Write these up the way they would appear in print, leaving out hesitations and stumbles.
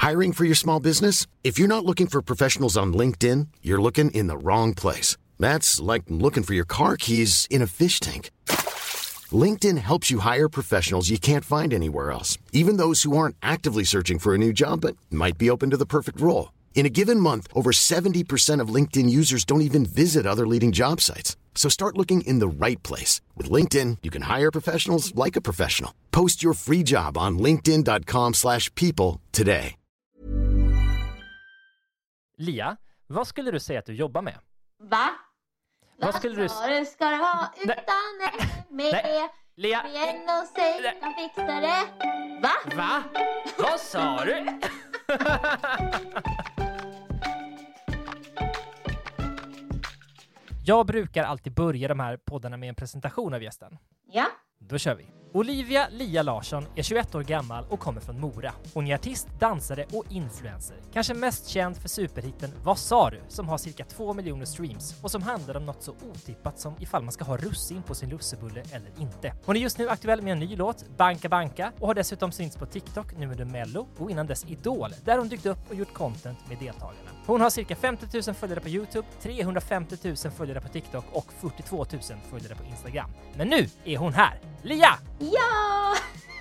Hiring for your small business? If you're not looking for professionals on LinkedIn, you're looking in the wrong place. That's like looking for your car keys in a fish tank. LinkedIn helps you hire professionals you can't find anywhere else, even those who aren't actively searching for a new job but might be open to the perfect role. In a given month, over 70% of LinkedIn users don't even visit other leading job sites. So start looking in the right place. With LinkedIn, you can hire professionals like a professional. Post your free job on linkedin.com/people today. Lia, vad skulle du säga att du jobbar med? Va? Vad skulle du... Ska du ha utan med? Nej. Lia. Med och säg, kan fixa det. Va? Va? Vad sa du? Jag brukar alltid börja de här poddarna med en presentation av gästen. Ja. Då kör vi. Olivia Lia Larsson är 21 år gammal och kommer från Mora. Hon är artist, dansare och influencer. Kanske mest känd för superhitten Vad sa du? Som har cirka 2 miljoner streams och som handlar om något så otippat som ifall man ska ha russin på sin lussebulle eller inte. Hon är just nu aktuell med en ny låt, Banka Banka, och har dessutom synts på TikTok nu under Mello och innan dess Idol, där hon dykt upp och gjort content med deltagarna. Hon har cirka 50 000 följare på YouTube, 350 000 följare på TikTok och 42 000 följare på Instagram. Men nu är hon här! Lia! Ja!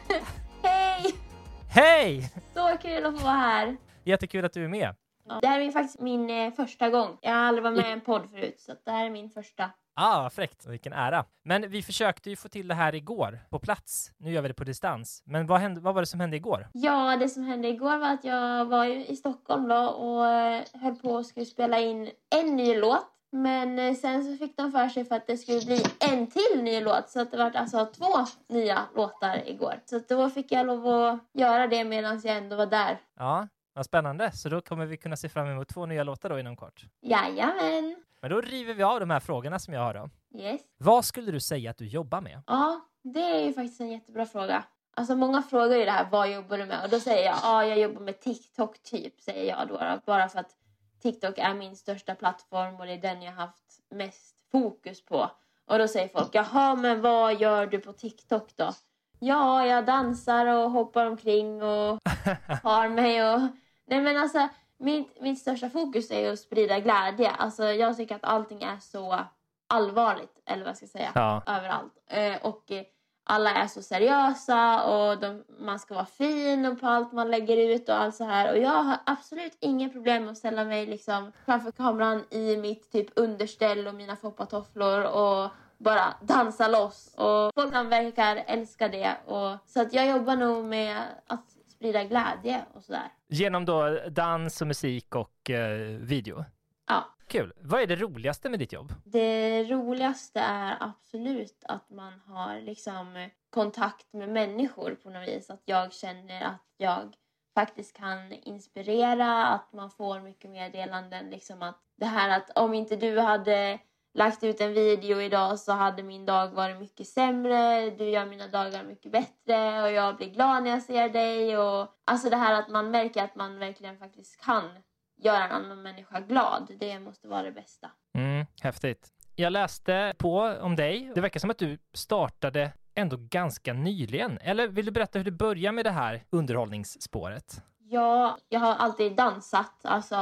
Hej! Hej! Så kul att få vara här. Jättekul att du är med. Ja. Det här är faktiskt min första gång. Jag har aldrig varit med i en podd förut, så det här är min första. Fräckt. Vilken ära. Men vi försökte ju få till det här igår på plats. Nu gör vi det på distans. Men vad var det som hände igår? Ja, det som hände igår var att jag var i Stockholm då och höll på att skulle spela in en ny låt. Men sen så fick de för sig för att det skulle bli en till ny låt. Så att det var alltså 2 nya låtar igår. Så att då fick jag lov att göra det medan jag ändå var där. Ja, vad spännande. Så då kommer vi kunna se fram emot 2 nya låtar då inom kort. Jajamän. Men då river vi av de här frågorna som jag har då. Yes. Vad skulle du säga att du jobbar med? Ja, det är ju faktiskt en jättebra fråga. Alltså många frågar ju det här, vad jobbar du med? Och då säger jag, jag jobbar med TikTok typ, säger jag då. Bara för att TikTok är min största plattform och det är den jag haft mest fokus på. Och då säger folk, jaha, men vad gör du på TikTok då? Ja, jag dansar och hoppar omkring och har mig och... Nej men alltså, mitt största fokus är ju att sprida glädje. Alltså jag tycker att allting är så allvarligt, eller vad jag ska säga, överallt. Och alla är så seriösa och man ska vara fin på allt man lägger ut och allt så här. Och jag har absolut inga problem att ställa mig liksom framför kameran i mitt typ underställ och mina foppatofflor och bara dansa loss. Och folk verkar älska det. Så att jag jobbar nog med att sprida glädje och sådär. Genom då dans och musik och video? Ja. Kul. Vad är det roligaste med ditt jobb? Det roligaste är absolut att man har liksom kontakt med människor på något vis. Att jag känner att jag faktiskt kan inspirera, att man får mycket meddelanden. Liksom att det här att om inte du hade lagt ut en video idag så hade min dag varit mycket sämre. Du gör mina dagar mycket bättre och jag blir glad när jag ser dig. Och, alltså det här att man märker att man verkligen faktiskt kan göra en annan människa glad. Det måste vara det bästa. Häftigt. Jag läste på om dig. Det verkar som att du startade ändå ganska nyligen. Eller vill du berätta hur du började med det här underhållningsspåret? Ja, jag har alltid dansat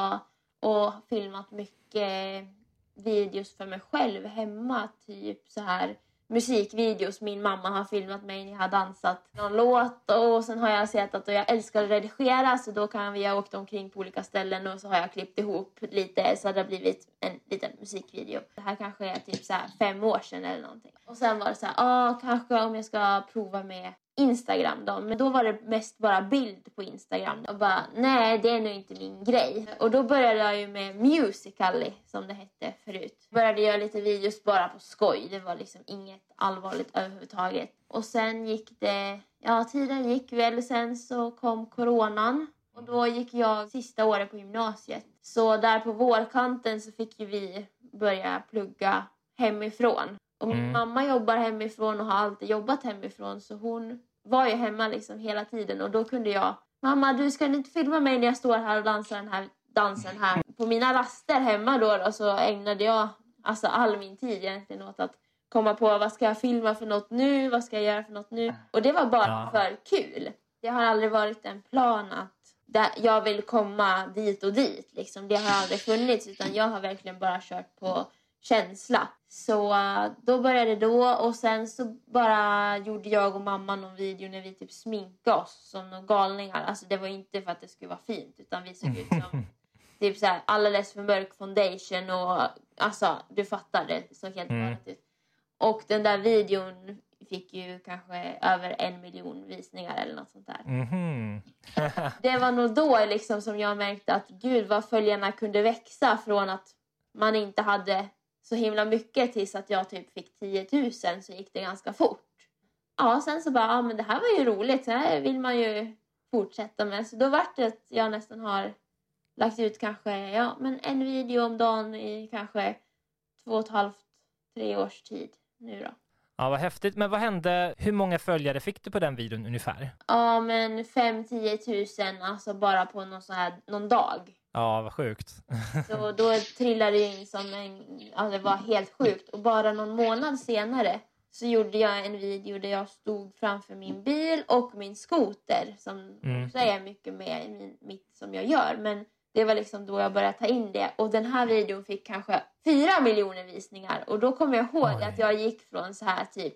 och filmat mycket videos för mig själv hemma. Typ så här musikvideos. Min mamma har filmat mig när jag har dansat någon låt. Och sen har jag sett att jag älskar att redigera. Så då kan vi ha åkt omkring på olika ställen. Och så har jag klippt ihop lite. Så det har blivit en liten musikvideo. Det här kanske är typ så här 5 år sedan eller någonting. Och sen var det så här, kanske om jag ska prova med Instagram då. Men då var det mest bara bild på Instagram. Och bara, nej det är nog inte min grej. Och då började jag ju med Musical.ly som det hette förut. Började göra lite videos bara på skoj. Det var liksom inget allvarligt överhuvudtaget. Och sen gick det, tiden gick väl. Sen så kom coronan. Och då gick jag sista året på gymnasiet. Så där på vårkanten så fick ju vi börja plugga hemifrån. Och min mamma jobbar hemifrån och har alltid jobbat hemifrån. Så hon var ju hemma liksom hela tiden. Och då kunde jag, mamma du ska inte filma mig när jag står här och dansar den här dansen här. På mina raster hemma då så ägnade jag alltså all min tid egentligen åt att komma på vad ska jag filma för något nu. Vad ska jag göra för något nu. Och det var bara för kul. Det har aldrig varit en plan att jag vill komma dit och dit. Liksom. Det har aldrig funnits, utan jag har verkligen bara kört på känsla. Så då började det då, och sen så bara gjorde jag och mamma någon video när vi typ sminkade oss som några galningar. Alltså det var inte för att det skulle vara fint, utan vi såg ut som typ så här alldeles för mörk foundation, och alltså du fattar, det så helt galet ut. Och den där videon fick ju kanske över 1 miljon visningar eller något sånt där. Det var nog då liksom som jag märkte att gud, vad följarna kunde växa från att man inte hade så himla mycket tills att jag typ fick 10 000, så gick det ganska fort. Ja, sen så bara, men det här var ju roligt, så här vill man ju fortsätta med. Så då vart det att jag nästan har lagt ut kanske en video om dagen i kanske 2,5-3 års tid nu då. Ja, vad häftigt. Men vad hände? Hur många följare fick du på den videon ungefär? Ja, men 5-10 000, alltså bara på någon dag. Ja, vad sjukt. Så då trillade det in som det var helt sjukt. Och bara någon månad senare så gjorde jag en video där jag stod framför min bil och min skoter, som också är mycket med i mitt som jag gör. Men det var liksom då jag började ta in det. Och den här videon fick kanske 4 miljoner visningar. Och då kommer jag ihåg att jag gick från så här typ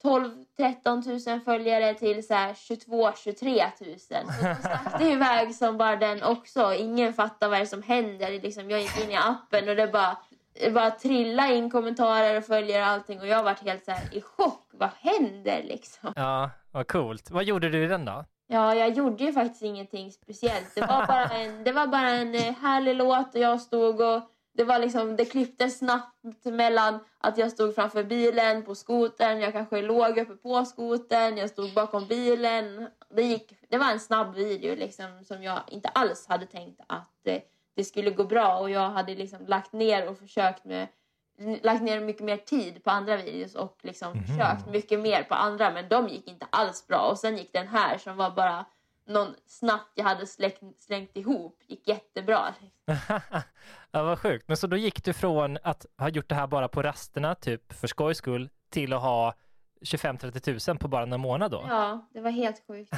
12-13 000 följare till så här 22-23 000. Så då stack det iväg som bara den också. Ingen fattar vad det är som händer. Liksom, jag gick in i appen och det bara trilla in kommentarer och följare och allting. Och jag var helt så här i chock. Vad händer liksom? Ja, vad coolt. Vad gjorde du i den då? Ja, jag gjorde ju faktiskt ingenting speciellt. Det var bara en härlig låt, och jag stod och det var liksom, det klippte snabbt mellan att jag stod framför bilen på skotern, jag kanske låg uppe på skotern, jag stod bakom bilen. Det var en snabb video liksom, som jag inte alls hade tänkt att det skulle gå bra, och jag hade liksom lagt ner mycket mer tid på andra videos och liksom försökt mycket mer på andra, men de gick inte alls bra. Och sen gick den här som var bara någon snabbt jag hade slängt ihop, gick jättebra. Ja, vad sjukt. Men så då gick du från att ha gjort det här bara på rasterna typ för skojs skull till att ha 25-30 000 på bara en månad då? Ja, det var helt sjukt.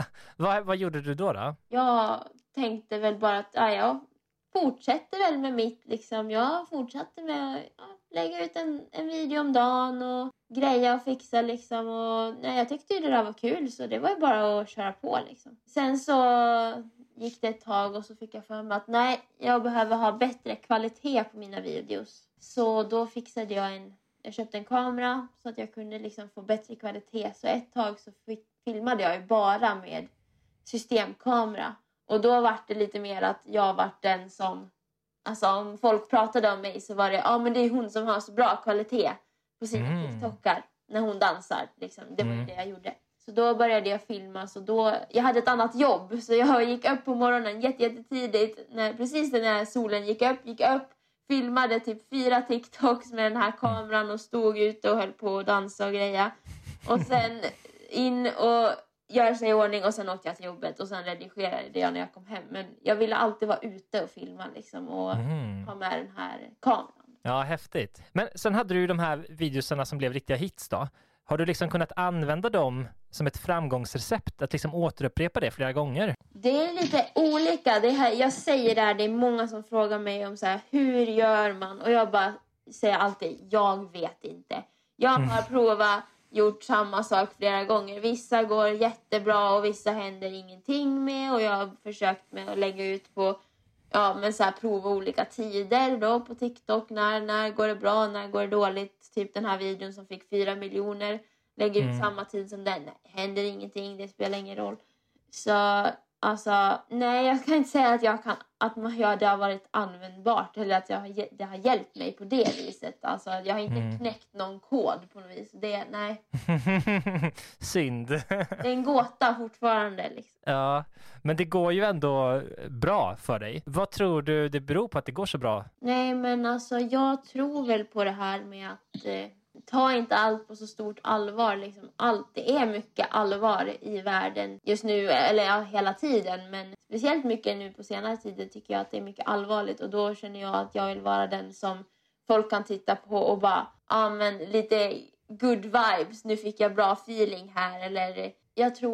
Vad gjorde du då? Jag tänkte väl bara att jag fortsätter väl med mitt liksom. Jag fortsatte med att lägga ut en video om dagen och greja och fixa liksom. Och jag tyckte ju det där var kul, så det var ju bara att köra på liksom. Sen så gick det ett tag och så fick jag för mig att jag behöver ha bättre kvalitet på mina videos. Så då fixade jag köpte en kamera så att jag kunde liksom få bättre kvalitet. Så ett tag så filmade jag ju bara med systemkamera. Och då var det lite mer att jag var den som, alltså om folk pratade om mig så var det, men det är hon som har så bra kvalitet på sina TikTokar när hon dansar. Liksom. Det var det jag gjorde. Så då började jag filma, jag hade ett annat jobb. Så jag gick upp på morgonen jättetidigt, precis när solen gick upp, filmade typ 4 TikToks med den här kameran och stod ute och höll på att dansa och greja. Och sen in och göra sig i ordning, och sen åkte jag till jobbet och sen redigerade jag när jag kom hem. Men jag ville alltid vara ute och filma liksom, och ha med den här kameran. Ja, häftigt. Men sen hade du ju de här videorna som blev riktiga hits då. Har du liksom kunnat använda dem som ett framgångsrecept, att liksom återupprepa det flera gånger? Det är lite olika. Jag säger det är många som frågar mig om så här, hur gör man? Och jag bara säger alltid, jag vet inte. Jag har provat, gjort samma sak flera gånger. Vissa går jättebra och vissa händer ingenting med. Och jag har försökt med att lägga ut på, men så här, prova olika tider då på TikTok. När går det bra, när går det dåligt? Typ den här videon som fick 4 miljoner. Lägger ut samma tid som den. Händer ingenting, det spelar ingen roll. Så alltså, nej, jag kan inte säga att det har varit användbart. Eller att det har hjälpt mig på det viset. Alltså, jag har inte knäckt någon kod på något vis. Nej. Synd. Det är en gåta fortfarande. Liksom. Ja, men det går ju ändå bra för dig. Vad tror du det beror på att det går så bra? Nej, men alltså jag tror väl på det här med att ta inte allt på så stort allvar. Liksom. Det är mycket allvar i världen just nu, eller hela tiden. Men speciellt mycket nu på senare tiden tycker jag att det är mycket allvarligt. Och då känner jag att jag vill vara den som folk kan titta på och bara, men lite good vibes. Nu fick jag bra feeling här. Eller jag tror att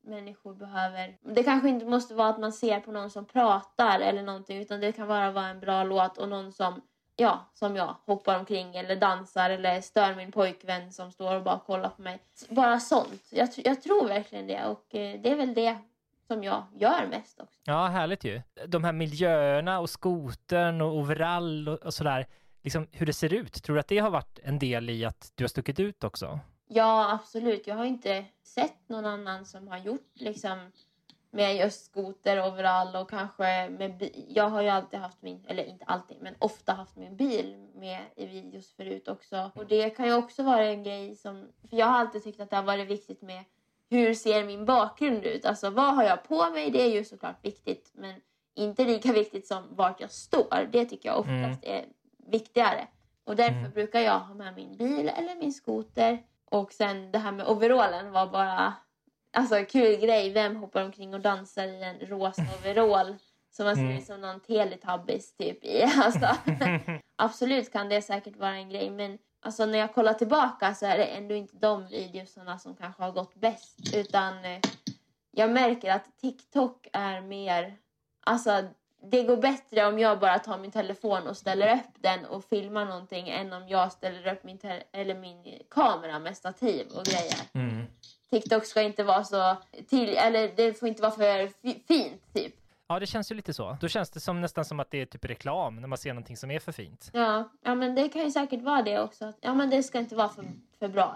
människor behöver... Det kanske inte måste vara att man ser på någon som pratar eller någonting, utan det kan bara vara en bra låt och någon som, som jag, hoppar omkring eller dansar eller stör min pojkvän som står och bara kollar på mig. Bara sånt. Jag tror verkligen det, och det är väl det som jag gör mest också. Ja, härligt ju. De här miljöerna och skotern och overall och sådär, liksom hur det ser ut. Tror du att det har varit en del i att du har stuckit ut också? Ja, absolut. Jag har inte sett någon annan som har gjort liksom med just skoter, overall och kanske med jag har ju alltid haft eller inte alltid, men ofta haft min bil med i videos förut också. Och det kan ju också vara en grej för jag har alltid tyckt att det har varit viktigt med hur ser min bakgrund ut? Alltså vad har jag på mig? Det är ju såklart viktigt, men inte lika viktigt som vart jag står. Det tycker jag oftast är viktigare. Och därför brukar jag ha med min bil eller min skoter. Och sen det här med overallen var bara kul grej. Vem hoppar omkring och dansar i en rosa overall som man ser som någon Teletubbies typ i. Absolut kan det säkert vara en grej, men när jag kollar tillbaka så är det ändå inte de videorna som kanske har gått bäst. Utan jag märker att TikTok är mer... det går bättre om jag bara tar min telefon och ställer upp den och filmar någonting än om jag ställer upp min kamera med stativ och grejer. TikTok ska inte vara så... det får inte vara för fint typ. Ja, det känns ju lite så. Då känns det nästan som att det är typ reklam när man ser någonting som är för fint. Ja, men det kan ju säkert vara det också. Ja, men det ska inte vara för bra.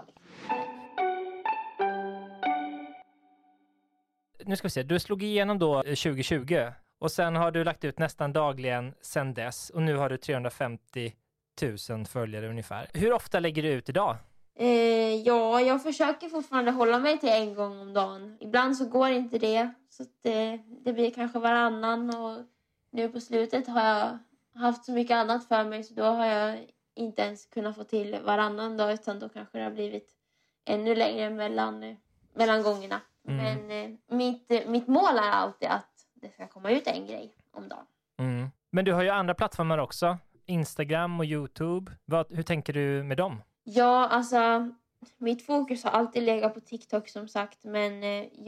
Nu ska vi se, du slog igenom då 2020 och sen har du lagt ut nästan dagligen sedan dess och nu har du 350 000 följare ungefär. Hur ofta lägger du ut idag? Jag försöker fortfarande hålla mig till en gång om dagen. Ibland så går inte det. Så att det blir kanske varannan. Och nu på slutet har jag haft så mycket annat för mig. Så då har jag inte ens kunnat få till varannan dag. Utan då kanske det har blivit ännu längre mellan gångerna. Men mitt mål är alltid att det ska komma ut en grej om dagen. Men du har ju andra plattformar också. Instagram och YouTube. Hur tänker du med dem? Ja, mitt fokus har alltid legat på TikTok som sagt. Men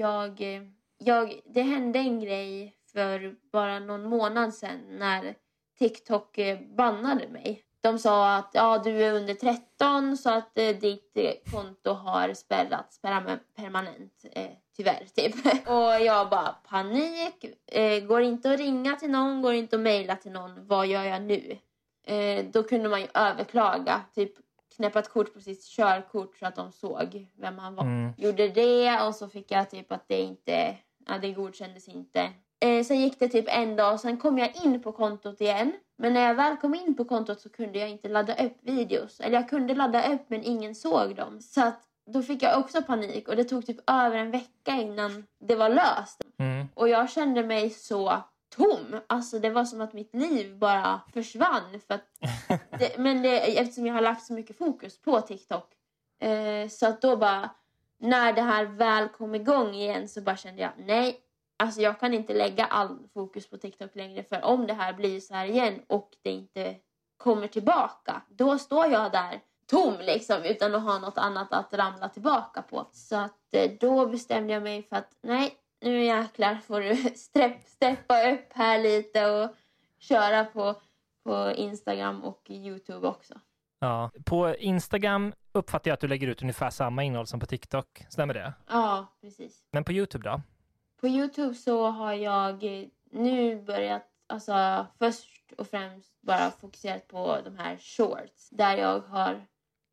det hände en grej för bara någon månad sedan när TikTok bannade mig. De sa att du är under 13 så att ditt konto har spärrats permanent. Tyvärr typ. Och jag bara panik. Går inte att ringa till någon, går inte att mejla till någon. Vad gör jag nu? Då kunde man ju överklaga. Typ knäppa ett kort på sitt körkort så att de såg vem han var. Gjorde det och så fick jag typ att det godkändes inte. Sen gick det typ en dag och sen kom jag in på kontot igen. Men när jag väl kom in på kontot så kunde jag inte ladda upp videos. Eller jag kunde ladda upp men ingen såg dem. Så att då fick jag också panik och det tog typ över en vecka innan det var löst. Och jag kände mig så tom. Det var som att mitt liv bara försvann. För att eftersom jag har lagt så mycket fokus på TikTok. Så att då bara, när det här väl kom igång igen så bara kände jag, nej. Jag kan inte lägga all fokus på TikTok längre. För om det här blir så här igen och det inte kommer tillbaka. Då står jag där tom liksom. Utan att ha något annat att ramla tillbaka på. Så att då bestämde jag mig för att nej. Nu jäklar får du steppa upp här lite och köra på Instagram och YouTube också. Ja, på Instagram uppfattar jag att du lägger ut ungefär samma innehåll som på TikTok. Stämmer det? Ja, precis. Men på YouTube då? På YouTube så har jag nu börjat, först och främst bara fokuserat på de här shorts. Där jag har,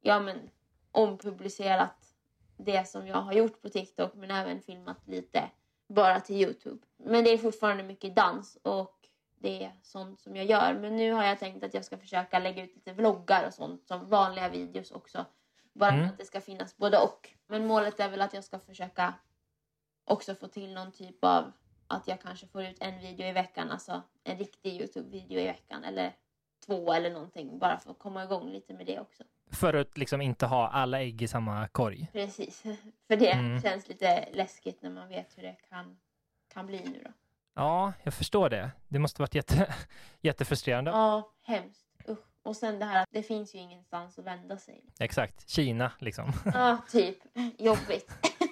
ompublicerat det som jag har gjort på TikTok men även filmat lite bara till YouTube. Men det är fortfarande mycket dans och det är sånt som jag gör. Men nu har jag tänkt att jag ska försöka lägga ut lite vloggar och sånt som vanliga videos också. Bara för att det ska finnas både och. Men målet är väl att jag ska försöka också få till någon typ av att jag kanske får ut en video i veckan. Alltså en riktig YouTube-video i veckan. Eller 2 eller någonting. Bara för att komma igång lite med det också. För att liksom inte ha alla ägg i samma korg. Precis. För det känns lite läskigt när man vet hur det kan bli nu då. Ja, jag förstår det. Det måste varit jättefrustrerande. Ja, hemskt. Och sen det här att det finns ju ingenstans att vända sig. Exakt, Kina liksom. Ja, typ. Jobbigt.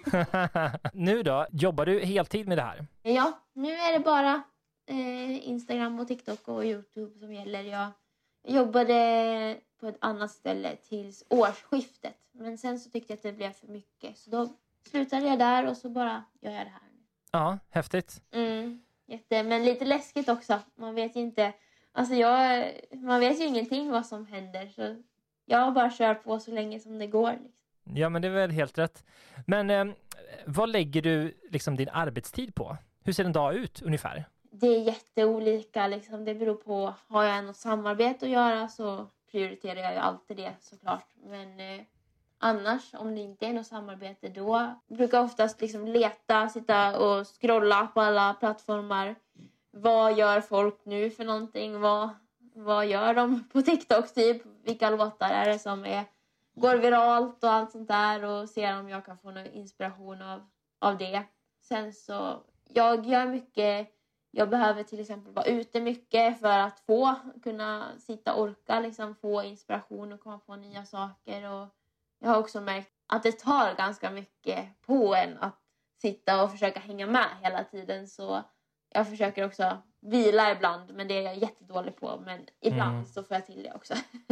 Nu då, jobbar du heltid med det här? Ja, nu är det bara Instagram och TikTok och YouTube som gäller. Jag jobbade på ett annat ställe tills årsskiftet. Men sen så tyckte jag att det blev för mycket. Så då slutade jag där och så bara gör jag det här. Ja, häftigt. Men lite läskigt också. Man vet ju inte. Alltså man vet ju ingenting vad som händer. Så jag bara kör på så länge som det går. Liksom. Ja, men det är väl helt rätt. Men vad lägger du liksom din arbetstid på? Hur ser en dag ut ungefär? Det är jätteolika. Liksom. Det beror på. Har jag något samarbete att göra så prioriterar jag ju alltid det såklart. Men annars, om det inte är något samarbete, då brukar jag oftast liksom sitta och scrolla på alla plattformar. Vad gör folk nu för någonting? Vad gör de på TikTok typ? Vilka låtar är det som går viralt och allt sånt där. Och ser om jag kan få någon inspiration av det. Sen så, jag gör mycket. Jag behöver till exempel vara ute mycket för att kunna sitta och orka. Liksom, få inspiration och komma på nya saker. Och jag har också märkt att det tar ganska mycket på en att sitta och försöka hänga med hela tiden. Så jag försöker också vila ibland, men det är jag jättedålig på. Men ibland så får jag till det också.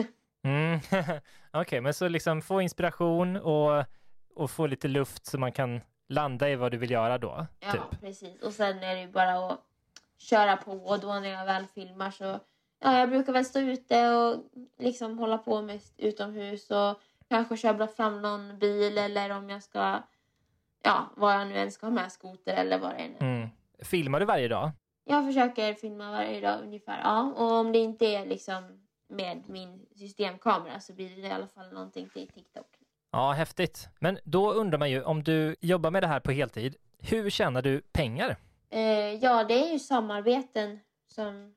Okej, men så liksom få inspiration och få lite luft så man kan landa i vad du vill göra då. Ja, typ. Precis. Och sen är det ju bara att köra på. Och då när jag väl filmar så... Ja, jag brukar väl stå ute och liksom hålla på mest utomhus. Och kanske köra fram någon bil eller om jag ska... Ja, vad jag nu än ska ha med, skoter eller vad det är. Filmar du varje dag? Jag försöker filma varje dag ungefär, ja. Och om det inte är liksom med min systemkamera så blir det i alla fall någonting till TikTok. Ja, häftigt. Men då undrar man ju, om du jobbar med det här på heltid, hur tjänar du pengar? Ja, det är ju samarbeten som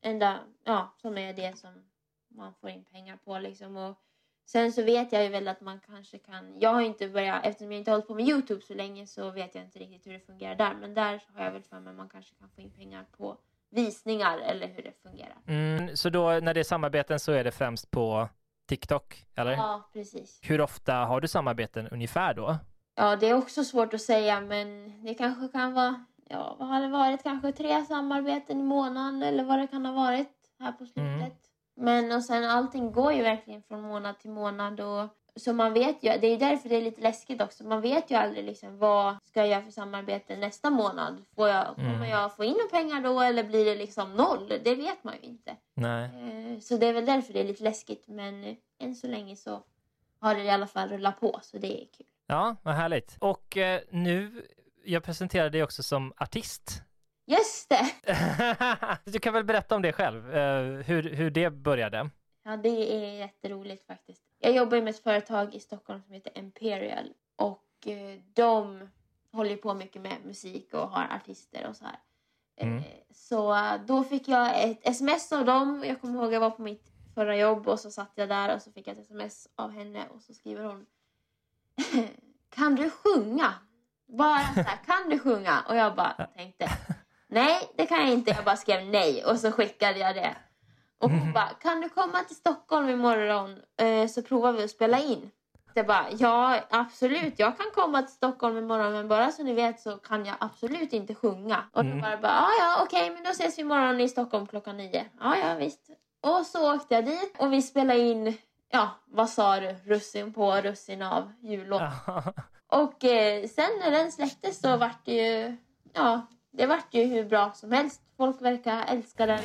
är det som man får in pengar på liksom. Och sen så vet jag ju väl att man kanske kan... Jag har ju inte börjat... Eftersom jag inte har hållit på med YouTube så länge så vet jag inte riktigt hur det fungerar där. Men där har jag väl för mig att man kanske kan få in pengar på visningar eller hur det fungerar. Så då när det är samarbeten så är det främst på TikTok, eller? Ja, precis. Hur ofta har du samarbeten ungefär då? Ja, det är också svårt att säga, men det kanske kan vara... Ja, vad har det varit? Kanske 3 samarbeten i månaden eller vad det kan ha varit här på slutet. Men och sen allting går ju verkligen från månad till månad. Och, så man vet ju, det är därför det är lite läskigt också. Man vet ju aldrig liksom, vad ska jag göra för samarbete nästa månad? Kommer jag få in några pengar då eller blir det liksom 0? Det vet man ju inte. Nej. Så det är väl därför det är lite läskigt. Men än så länge så har det i alla fall rullat på, så det är kul. Ja, vad härligt. Och nu, jag presenterar dig också som artist. Just det! Du kan väl berätta om det själv, hur det började. Ja, det är jätteroligt faktiskt. Jag jobbar med ett företag i Stockholm som heter Imperial. Och de håller på mycket med musik och har artister och så här. Så då fick jag ett sms av dem. Jag kommer ihåg att jag var på mitt förra jobb och så satt jag där och så fick jag ett sms av henne. Och så skriver hon: kan du sjunga? Bara så här, kan du sjunga? Och jag bara tänkte, nej, det kan jag inte. Jag bara skrev nej och så skickade jag det. Och hon bara, kan du komma till Stockholm imorgon så provar vi att spela in? Jag bara, ja absolut, jag kan komma till Stockholm imorgon, men bara så ni vet så kan jag absolut inte sjunga. Och då bara, ja okej, men då ses vi imorgon i Stockholm 9:00. Ja visst. Och så åkte jag dit och vi spelade in, vad sa du? Russin av jullåt. Och sen när den släpptes så vart det ju, det vart ju hur bra som helst. Folk verkar älska den.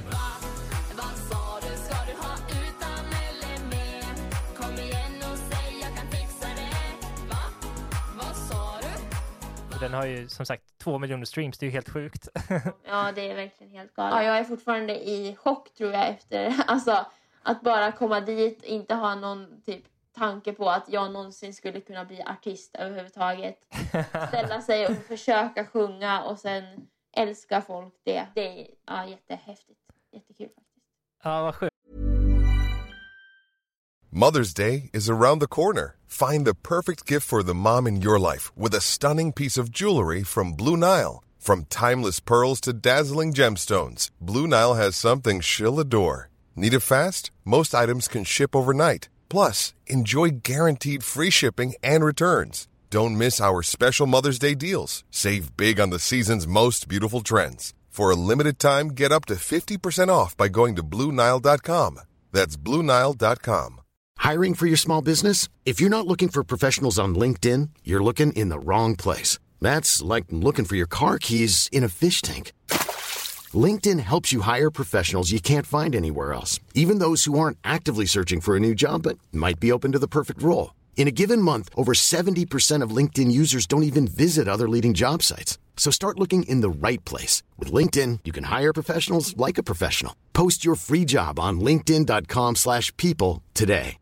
Den har ju som sagt 2 miljoner streams, det är ju helt sjukt. Ja, det är verkligen helt galet. Ja, jag är fortfarande i chock tror jag efter, alltså att bara komma dit, inte ha någon typ tanke på att jag någonsin skulle kunna bli artist överhuvudtaget. Ställa sig och försöka sjunga och sen älska folk det. Det är jättehäftigt. Jättekul faktiskt. Ja, vad sjukt. Mother's Day is around the corner. Find the perfect gift for the mom in your life with a stunning piece of jewelry from Blue Nile. From timeless pearls to dazzling gemstones, Blue Nile has something she'll adore. Need it fast? Most items can ship overnight. Plus, enjoy guaranteed free shipping and returns. Don't miss our special Mother's Day deals. Save big on the season's most beautiful trends. For a limited time, get up to 50% off by going to BlueNile.com. That's BlueNile.com. Hiring for your small business? If you're not looking for professionals on LinkedIn, you're looking in the wrong place. That's like looking for your car keys in a fish tank. LinkedIn helps you hire professionals you can't find anywhere else, even those who aren't actively searching for a new job but might be open to the perfect role. In a given month, over 70% of LinkedIn users don't even visit other leading job sites. So start looking in the right place. With LinkedIn, you can hire professionals like a professional. Post your free job on linkedin.com/people today.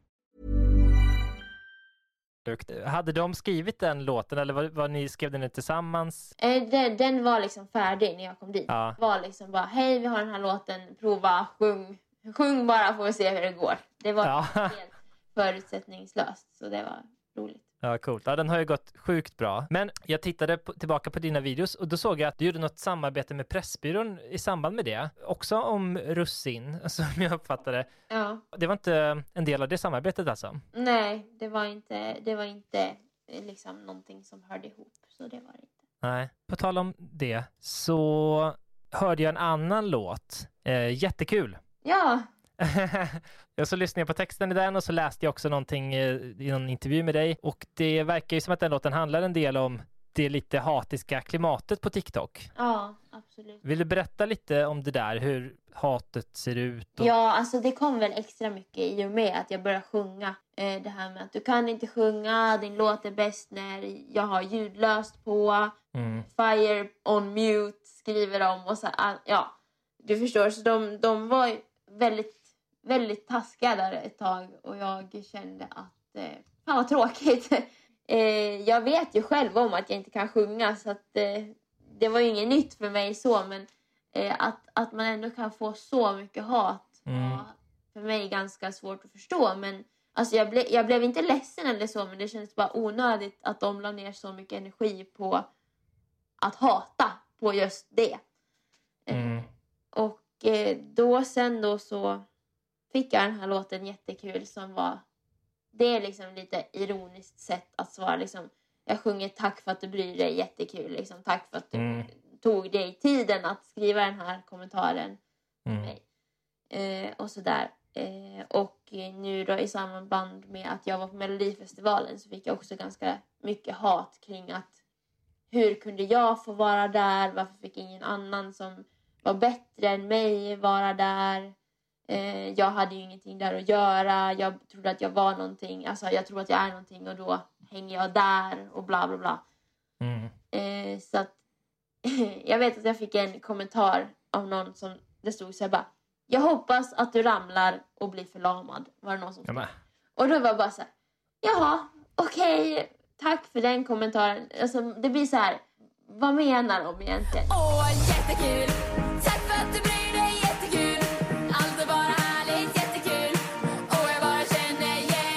Hade de skrivit den låten eller var ni skrev den tillsammans? Den var liksom färdig när jag kom dit. Ja. Var liksom bara, hej vi har den här låten, prova, sjung bara får vi se hur det går. Det var helt förutsättningslöst, så det var roligt. Ja, coolt. Ja, den har ju gått sjukt bra. Men jag tittade tillbaka på dina videos och då såg jag att du gjorde något samarbete med Pressbyrån i samband med det. Också om russin, som jag uppfattade. Ja. Det var inte en del av det samarbetet alltså? Nej, det var inte liksom någonting som hörde ihop, så det var det inte. Nej. På tal om det så hörde jag en annan låt. Jättekul. Ja. Jag så lyssnade på texten i den och så läste jag också någonting i någon intervju med dig. Och det verkar ju som att den låten handlar en del om det lite hatiska klimatet på TikTok. Ja, absolut. Vill du berätta lite om det där, hur hatet ser ut? Och... Ja, alltså det kom väl extra mycket i och med att jag började sjunga. Det här med att du kan inte sjunga, din låt är bäst när jag har ljudlöst på. Fire on mute skriver de och så, ja, du förstår. Så de var väldigt, väldigt taskiga där ett tag och jag kände att fan vad tråkigt. Jag vet ju själv om att jag inte kan sjunga, så att det var ju inget nytt för mig så, men att man ändå kan få så mycket hat var för mig ganska svårt att förstå. Men alltså jag blev inte ledsen eller så, men det känns bara onödigt att de la ner så mycket energi på att hata på just det. Och då så fick jag den här låten Jättekul, som var, det är liksom lite ironiskt sätt att svara liksom, jag sjunger tack för att du bryr dig, jättekul liksom, tack för att du tog dig tiden att skriva den här kommentaren till mig. Och sådär. Och nu då i samband med att jag var på Melodifestivalen så fick jag också ganska mycket hat kring att hur kunde jag få vara där, varför fick ingen annan som var bättre än mig vara där. Jag hade ju ingenting där att göra. Jag trodde att jag var någonting. Alltså jag tror att jag är någonting och då hänger jag där och bla bla bla. Så att jag vet att jag fick en kommentar av någon som det stod så här bara, jag hoppas att du ramlar och blir förlamad. Var det någon som stod. Och då var jag bara så här, jaha, okej, tack för den kommentaren. Alltså det blir så här, vad menar de egentligen? Åh, jättekul. Tack för att du bryr dig, jättekul. Allt är bara härligt, jättekul. Och jag bara känner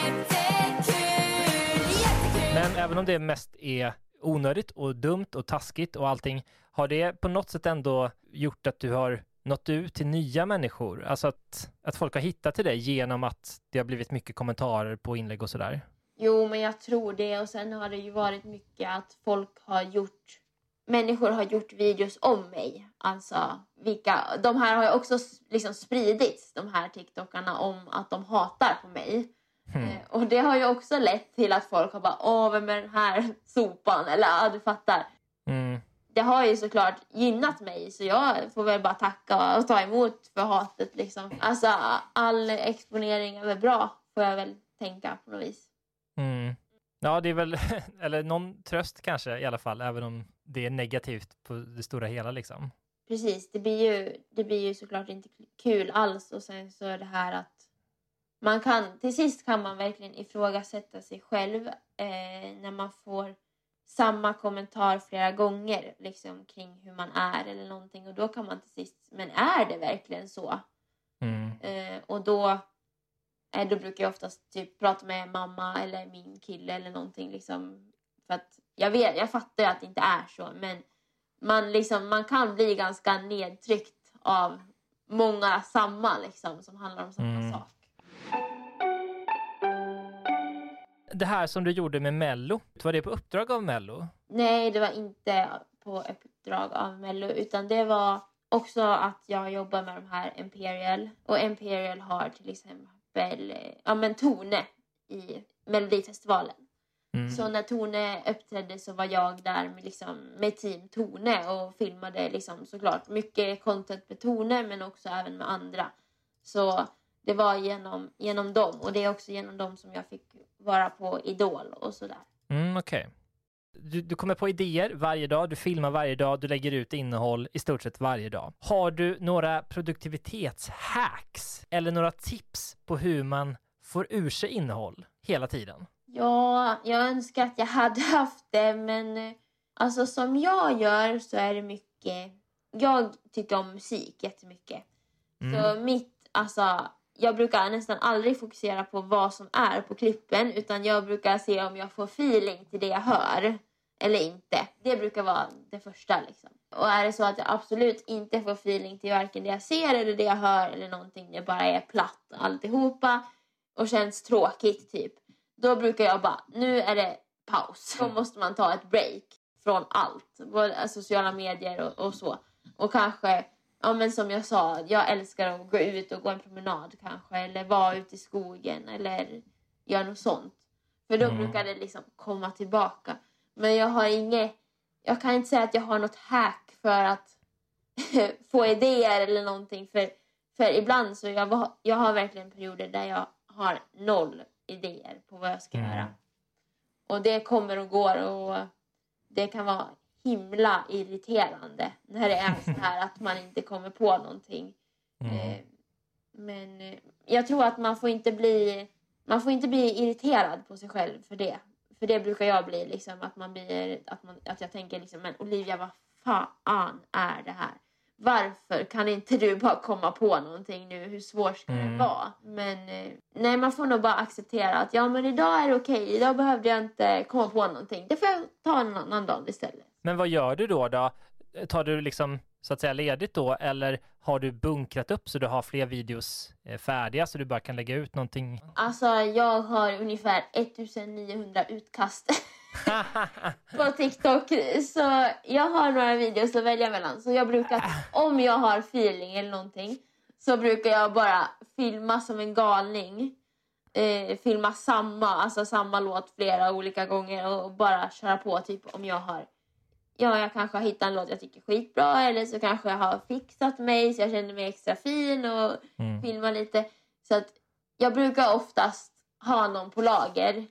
jättekul. Men även om det mest är onödigt och dumt och taskigt och allting, har det på något sätt ändå gjort att du har nått ut till nya människor? Alltså att folk har hittat till dig genom att det har blivit mycket kommentarer på inlägg och sådär? Jo, men jag tror det. Och sen har det ju varit mycket att människor har gjort videos om mig. Alltså, de här har ju också liksom spridits, de här TikTokarna, om att de hatar på mig. Och det har ju också lett till att folk har bara, vem är den här sopan? Eller, du fattar. Det har ju såklart gynnat mig, så jag får väl bara tacka och ta emot för hatet liksom. Alltså, all exponering är väl bra, får jag väl tänka på något vis. Ja, det är väl eller någon tröst kanske i alla fall, även om det är negativt på det stora hela liksom. Precis, det blir ju såklart inte kul alls. Och sen så är det här att till sist kan man verkligen ifrågasätta sig själv när man får samma kommentar flera gånger liksom, kring hur man är eller någonting. Och då kan man till sist, men är det verkligen så? Och då brukar jag oftast typ prata med mamma eller min kille eller någonting liksom, för att jag fattar att det inte är så, men man kan bli ganska nedtryckt av många samma liksom, som handlar om samma sak. Det här som du gjorde med Mello, var det på uppdrag av Mello? Nej, det var inte på uppdrag av Mello, utan det var också att jag jobbar med de här Imperial. Och Imperial har till exempel Tone i Melodifestivalen. Så när Tone uppträdde så var jag där med team Tone och filmade liksom, såklart mycket content med Tone, men också även med andra. Så det var genom dem, och det är också genom dem som jag fick vara på Idol och sådär. Okej. Du kommer på idéer varje dag, du filmar varje dag, du lägger ut innehåll i stort sett varje dag. Har du några produktivitetshacks eller några tips på hur man får ur sig innehåll hela tiden? Ja, jag önskar att jag hade haft det, men alltså som jag gör så är det mycket... Jag tycker om musik jättemycket. Så jag brukar nästan aldrig fokusera på vad som är på klippen, utan jag brukar se om jag får feeling till det jag hör eller inte. Det brukar vara det första liksom. Och är det så att jag absolut inte får feeling till varken det jag ser eller det jag hör eller någonting, det bara är platt alltihopa och känns tråkigt typ, då brukar jag bara, nu är det paus. Då måste man ta ett break från allt, både sociala medier och så. Och kanske, ja men som jag sa, jag älskar att gå ut och gå en promenad kanske, eller vara ute i skogen eller göra något sånt. För då brukar det liksom komma tillbaka. Men jag kan inte säga att jag har något hack för att få idéer eller någonting. För ibland så jag har verkligen perioder där jag har 0 idéer på vad jag ska göra. Och det kommer och går, och det kan vara himla irriterande när det är så här att man inte kommer på någonting. Men jag tror att man får inte bli irriterad på sig själv för det. För det brukar jag bli liksom, att jag tänker liksom, men Olivia, vad fan är det här? Varför kan inte du bara komma på någonting nu? Hur svårt ska det vara? Men nej, man får nog bara acceptera att ja, men idag är det okej. Idag behövde jag inte komma på någonting. Det får jag ta en annan dag istället. Men vad gör du då? Tar du liksom så att säga ledigt då, eller har du bunkrat upp så du har fler videos färdiga så du bara kan lägga ut någonting? Alltså jag har ungefär 1900 utkast på TikTok, så jag har några videos att välja mellan. Så jag brukar, om jag har feeling eller någonting, så brukar jag bara filma som en galning. Filma samma låt flera olika gånger och bara köra på typ om jag kanske har hittat en låt jag tycker är skitbra, eller så kanske jag har fixat mig så jag känner mig extra fin och filma lite. Så att jag brukar oftast ha någon på lager.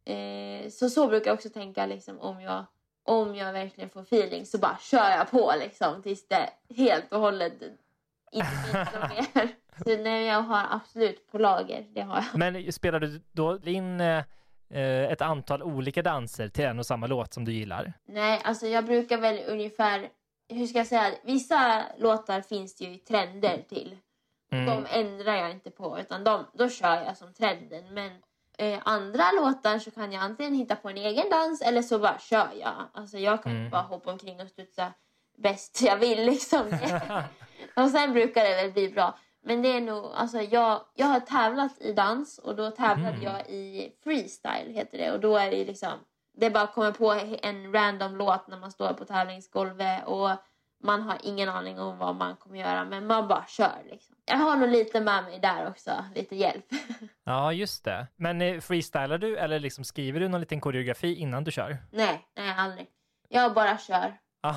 Så brukar jag också tänka liksom, om jag verkligen får feeling så bara kör jag på liksom tills det helt och hållet inte finns något mer. Så nej, jag har absolut på lager, det har jag. Men spelar du då in ett antal olika danser till en och samma låt som du gillar? Nej, alltså jag brukar väl ungefär, hur ska jag säga, vissa låtar finns det ju trender till. De ändrar jag inte på, utan då kör jag som trenden. Men andra låtar så kan jag antingen hitta på en egen dans eller så bara kör jag. Alltså jag kan bara hoppa omkring och studsa bäst jag vill liksom. Och sen brukar det väl bli bra. Men det är nog, alltså jag har tävlat i dans, och då tävlade jag i freestyle heter det. Och då är det liksom, det bara kommer på en random låt när man står på tävlingsgolvet och man har ingen aning om vad man kommer göra, men man bara kör liksom. Jag har nog lite med mig där också, lite hjälp. Ja, just det. Men freestylar du eller liksom skriver du någon liten koreografi innan du kör? Nej, aldrig. Jag bara kör.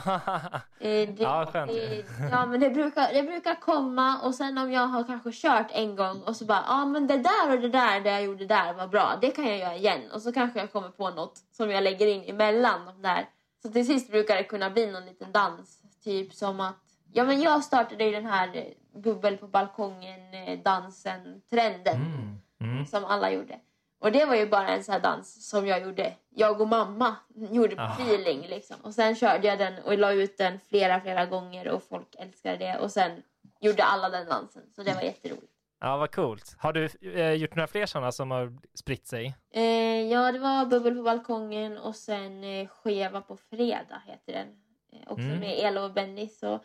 Ja, skönt. Ja, men det brukar komma, och sen om jag har kanske kört en gång och så bara, men det där och det där det jag gjorde där var bra, det kan jag göra igen. Och så kanske jag kommer på något som jag lägger in emellan de där. Så till sist brukar det kunna bli någon liten dans, typ som att, ja men jag startade ju den här bubbel på balkongen dansen, trenden som alla gjorde. Och det var ju bara en sån här dans som jag och mamma gjorde på feeling liksom. Och sen körde jag den och la ut den flera gånger och folk älskade det. Och sen gjorde alla den dansen, så det var jätteroligt. Ja, vad coolt. Har du gjort några fler sådana som har spritt sig? Ja, det var bubbel på balkongen och sen skeva på fredag heter den. Också med Elo och Benny. Så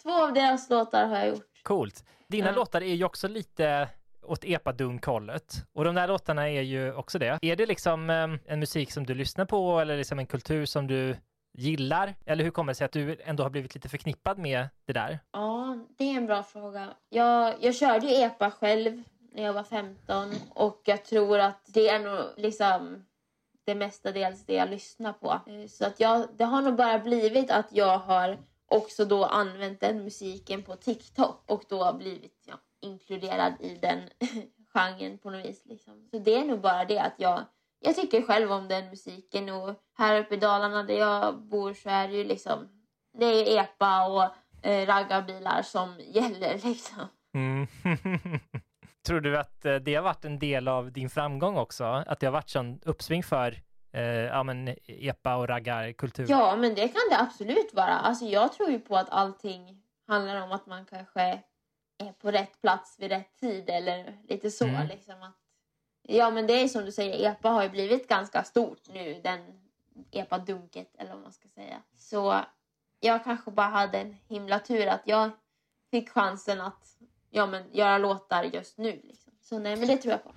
2 av deras låtar har jag gjort. Coolt. Dina låtar är ju också lite åt epadunk-hållet. Och de där låtarna är ju också det. Är det liksom en musik som du lyssnar på eller liksom en kultur som du gillar? Eller hur kommer det sig att du ändå har blivit lite förknippad med det där? Ja, det är en bra fråga. Jag körde ju epa själv när jag var 15 och jag tror att det är nog liksom det mestadels det jag lyssnar på. Så att det har nog bara blivit att jag har också då använt den musiken på TikTok och då blivit inkluderad i den genren på något vis. Liksom. Så det är nog bara det att jag tycker själv om den musiken och här uppe i Dalarna där jag bor så är det ju liksom det är epa och raggarbilar som gäller liksom. Mm. Tror du att det har varit en del av din framgång också? Att det har varit sån uppsving för epa och raggarkultur? Ja, men det kan det absolut vara. Alltså jag tror ju på att allting handlar om att man kanske är på rätt plats vid rätt tid eller lite så liksom att ja, men det är som du säger, epa har ju blivit ganska stort nu, den epa-dunket eller vad man ska säga. Så jag kanske bara hade en himla tur att jag fick chansen att göra låtar just nu liksom. Så nej, men det tror jag på.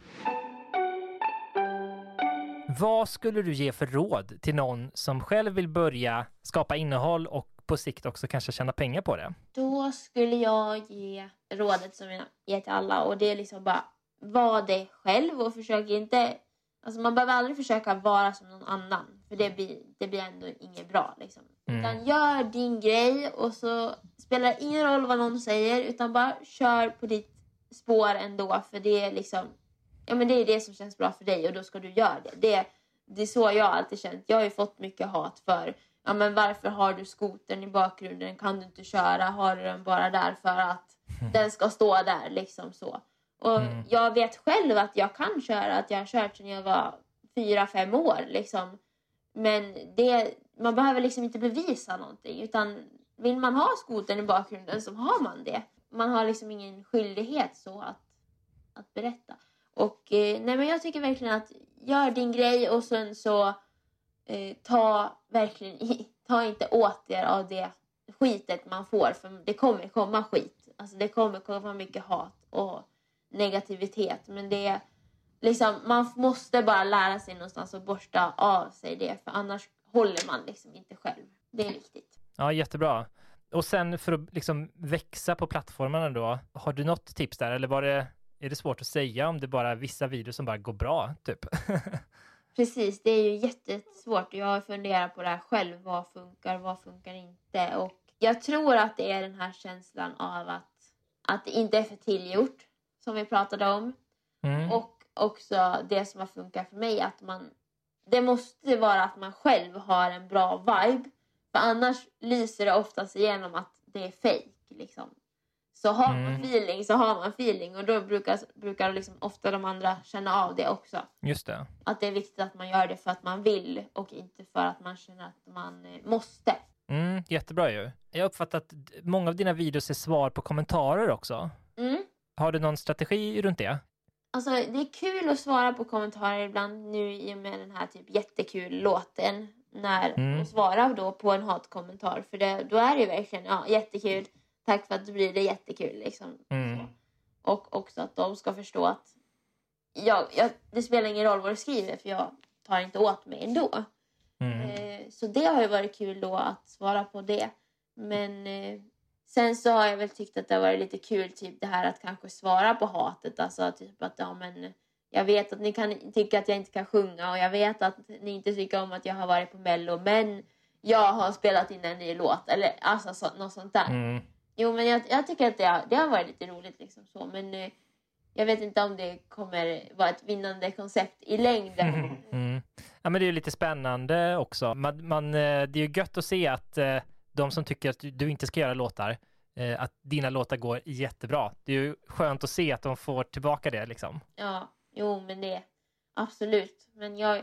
Vad skulle du ge för råd till någon som själv vill börja skapa innehåll och på sikt också kanske tjäna pengar på det? Då skulle jag ge rådet som jag ger till alla och det är liksom bara var dig själv och försök inte, alltså man behöver aldrig försöka vara som någon annan för det blir ändå inget bra liksom. Utan gör din grej och så spelar det ingen roll vad någon säger utan bara kör på ditt spår ändå för det är liksom det är det som känns bra för dig och då ska du göra det. Det är så jag alltid känt. Jag har ju fått mycket hat för men varför har du skotern i bakgrunden? Kan du inte köra? Har du den bara där för att den ska stå där liksom så. Och jag vet själv att jag kan köra, att jag har kört sedan jag var 4-5 år liksom. Men man behöver liksom inte bevisa någonting utan vill man ha skotern i bakgrunden så har man det. Man har liksom ingen skyldighet så att berätta. Och men jag tycker verkligen att gör din grej och sen så ta inte åt er av det skitet man får för det kommer komma skit. Alltså det kommer komma mycket hat och negativitet men det är liksom man måste bara lära sig någonstans att borsta av sig det för annars håller man liksom inte själv. Det är viktigt. Ja, jättebra. Och sen för att liksom växa på plattformarna då, har du något tips där eller är det svårt att säga om det bara är vissa videos som bara går bra typ? Precis, det är ju jättesvårt. Jag har funderat på det här själv. Vad funkar inte? Och jag tror att det är den här känslan av att det inte är för tillgjort som vi pratade om. Och också det som har funkat för mig att det måste vara att man själv har en bra vibe. För annars lyser det oftast igenom att det är fake liksom. Så har man feeling så har man feeling. Och då brukar liksom ofta de andra känna av det också. Just det. Att det är viktigt att man gör det för att man vill. Och inte för att man känner att man måste. Jättebra ju. Jag har uppfattat att många av dina videos är svar på kommentarer också. Har du någon strategi runt det? Alltså det är kul att svara på kommentarer ibland nu i och med den här typ jättekul låten. När de svarar då på en hatkommentar. För då är det ju verkligen jättekul. Tack för att du blir det jättekul liksom. Och också att de ska förstå att det spelar ingen roll vad du skriver för jag tar inte åt mig ändå. Så det har ju varit kul då att svara på det. Men sen så har jag väl tyckt att det har varit lite kul typ det här att kanske svara på hatet. Alltså typ att jag vet att ni kan tycka att jag inte kan sjunga och jag vet att ni inte tycker om att jag har varit på Mello men jag har spelat in en ny låt eller alltså något sånt där. Jo, men jag tycker att det har varit lite roligt liksom så. Men jag vet inte om det kommer vara ett vinnande koncept i längden. Ja, men det är ju lite spännande också. Det är ju gött att se att de som tycker att du inte ska göra låtar, att dina låtar går jättebra. Det är ju skönt att se att de får tillbaka det liksom. Ja, jo, men det absolut. Men jag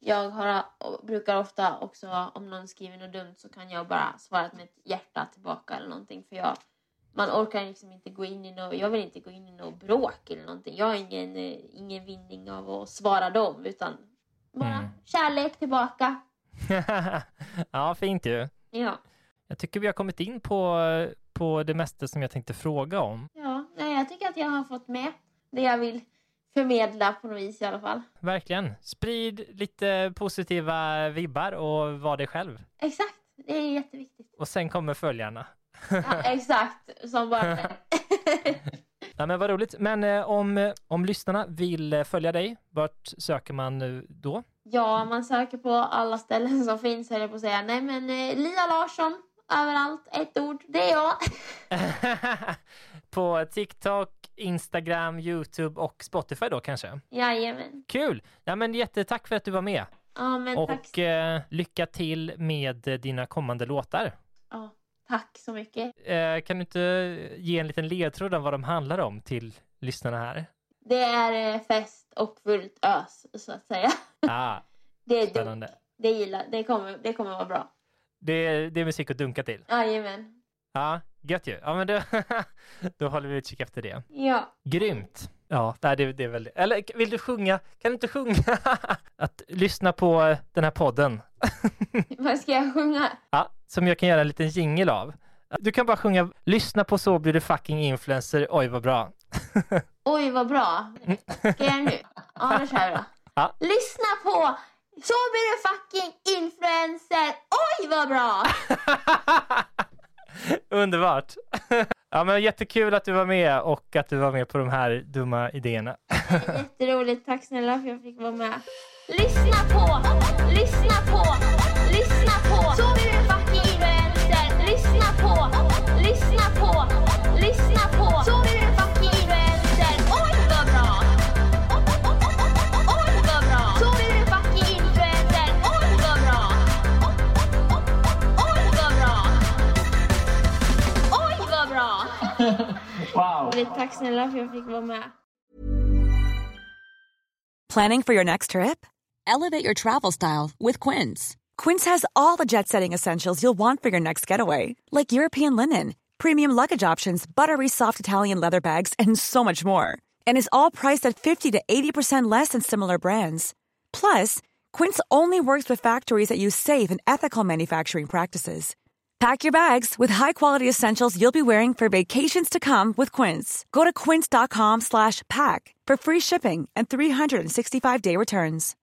brukar ofta också, om någon skriver något dumt så kan jag bara svara med ett hjärta tillbaka eller någonting. För man orkar liksom inte gå in i jag vill inte gå in i något bråk eller någonting. Jag har ingen vinning av att svara dem utan bara kärlek tillbaka. Ja, fint ju. Ja. Jag tycker vi har kommit in på på det mesta som jag tänkte fråga om. Ja, nej, jag tycker att jag har fått med det jag vill förmedla på något vis i alla fall. Verkligen. Sprid lite positiva vibbar och var dig själv. Exakt, det är jätteviktigt. Och sen kommer följarna. Ja, exakt, som bara Ja, men vad roligt. Men om lyssnarna vill följa dig, vart söker man nu då? Ja, man söker på alla ställen som finns, höll jag på att säga. Nej, men Lia Larsson, överallt, ett ord, det är jag. På TikTok, Instagram, YouTube och Spotify då kanske? Jajamän. Kul! Ja, men jättetack för att du var med. Ja, men och tack. Lycka till med dina kommande låtar. Ja, tack så mycket. Kan du inte ge en liten ledtråd om vad de handlar om till lyssnarna här? Det är fest och fullt ös, så att säga. Det är spännande. Det gillar, det kommer vara bra. Det är musik att dunka till. Jajamän. Ja, gött ju. Ja, men då håller vi utkik efter det. Ja. Grymt. Ja, det är väldigt... Eller vill du sjunga? Kan du inte sjunga? Att lyssna på den här podden. Vad ska jag sjunga? Ja, som jag kan göra en liten jingle av. Du kan bara sjunga lyssna på Så blir du fucking influencer. Oj, vad bra. Oj, vad bra. Ska jag göra nu? Ja, då kör vi då. Ja. Lyssna på Så blir du fucking influencer. Oj, vad bra. Underbart. Ja, men jättekul att du var med och att du var med på de här dumma idéerna. Jätteroligt. Tack snälla för att jag fick vara med. Lyssna på, lyssna på, lyssna på. Så blir du fucking influencer. Lyssna på, lyssna på, lyssna på. Så blir du fucking influencer. Oj, vad bra. Oj, vad bra. Så blir du fucking influencer. Oj, vad bra. Oj, vad bra. Oj, vad bra. Wow. Tack snälla för att jag fick vara med. Planning for your next trip? Elevate your travel style with Quince. Quince has all the jet-setting essentials you'll want for your next getaway, like European linen, premium luggage options, buttery soft Italian leather bags, and so much more. And is all priced at 50 to 80% less than similar brands. Plus, Quince only works with factories that use safe and ethical manufacturing practices. Pack your bags with high-quality essentials you'll be wearing for vacations to come with Quince. Go to quince.com/pack for free shipping and 365-day returns.